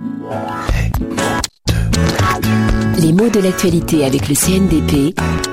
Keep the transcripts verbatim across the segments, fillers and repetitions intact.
Les mots de l'actualité avec le C N D P.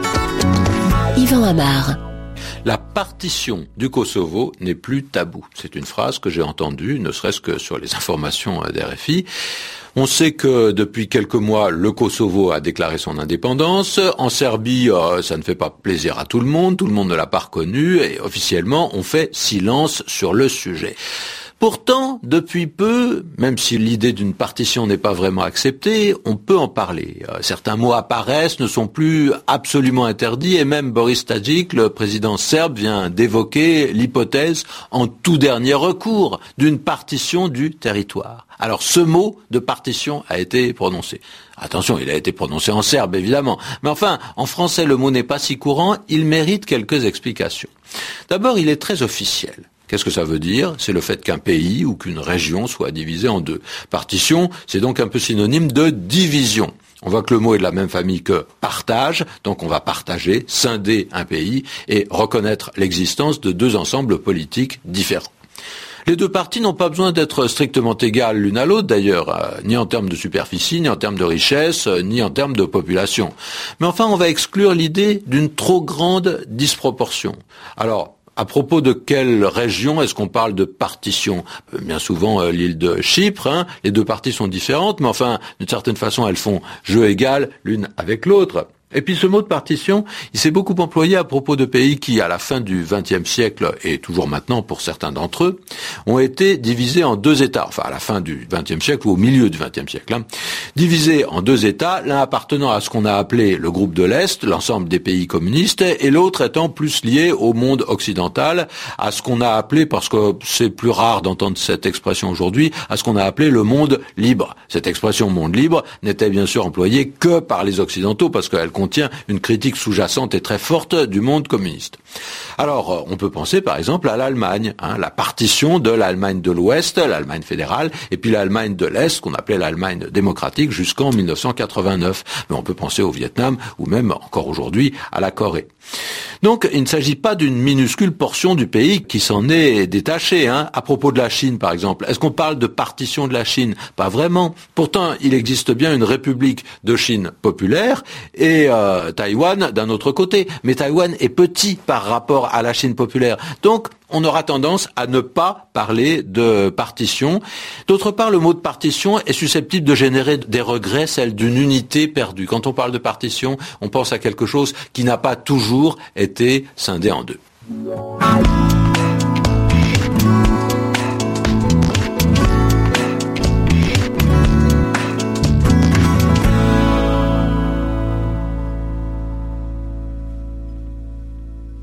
Yvan Amar. La partition du Kosovo n'est plus tabou. C'est une phrase que j'ai entendue, ne serait-ce que sur les informations d'R F I. On sait que depuis quelques mois, le Kosovo a déclaré son indépendance. En Serbie, euh, ça ne fait pas plaisir à tout le monde. Tout le monde ne l'a pas reconnu. Et officiellement, on fait silence sur le sujet. Pourtant, depuis peu, même si l'idée d'une partition n'est pas vraiment acceptée, on peut en parler. Certains mots apparaissent, ne sont plus absolument interdits, et même Boris Tadic, le président serbe, vient d'évoquer l'hypothèse, en tout dernier recours, d'une partition du territoire. Alors, ce mot de partition a été prononcé. Attention, il a été prononcé en serbe, évidemment. Mais enfin, en français, le mot n'est pas si courant, il mérite quelques explications. D'abord, il est très officiel. Qu'est-ce que ça veut dire ? C'est le fait qu'un pays ou qu'une région soit divisée en deux. Partition, c'est donc un peu synonyme de division. On voit que le mot est de la même famille que partage, donc on va partager, scinder un pays et reconnaître l'existence de deux ensembles politiques différents. Les deux parties n'ont pas besoin d'être strictement égales l'une à l'autre, d'ailleurs, euh, ni en termes de superficie, ni en termes de richesse, euh, ni en termes de population. Mais enfin, on va exclure l'idée d'une trop grande disproportion. Alors, à propos de quelle région est-ce qu'on parle de partition ? Bien souvent euh, l'île de Chypre, hein, les deux parties sont différentes, mais enfin, d'une certaine façon, elles font jeu égal l'une avec l'autre. Et puis ce mot de partition, il s'est beaucoup employé à propos de pays qui, à la fin du vingtième siècle, et toujours maintenant pour certains d'entre eux, ont été divisés en deux États, enfin à la fin du vingtième siècle ou au milieu du vingtième siècle, hein, divisés en deux États, l'un appartenant à ce qu'on a appelé le groupe de l'Est, l'ensemble des pays communistes, et l'autre étant plus lié au monde occidental, à ce qu'on a appelé, parce que c'est plus rare d'entendre cette expression aujourd'hui, à ce qu'on a appelé le monde libre. Cette expression monde libre n'était bien sûr employée que par les Occidentaux, parce qu'elle contient une critique sous-jacente et très forte du monde communiste. Alors, on peut penser par exemple à l'Allemagne, hein, la partition de l'Allemagne de l'Ouest, l'Allemagne fédérale, et puis l'Allemagne de l'Est, qu'on appelait l'Allemagne démocratique, jusqu'en dix-neuf cent quatre-vingt-neuf. Mais on peut penser au Vietnam, ou même encore aujourd'hui à la Corée. Donc, il ne s'agit pas d'une minuscule portion du pays qui s'en est détachée. Hein. À propos de la Chine, par exemple, est-ce qu'on parle de partition de la Chine ? Pas vraiment. Pourtant, il existe bien une république de Chine populaire et euh, Taïwan d'un autre côté. Mais Taïwan est petit par rapport à la Chine populaire. Donc, on aura tendance à ne pas parler de partition. D'autre part, le mot de partition est susceptible de générer des regrets, celle d'une unité perdue. Quand on parle de partition, on pense à quelque chose qui n'a pas toujours été scindé en deux.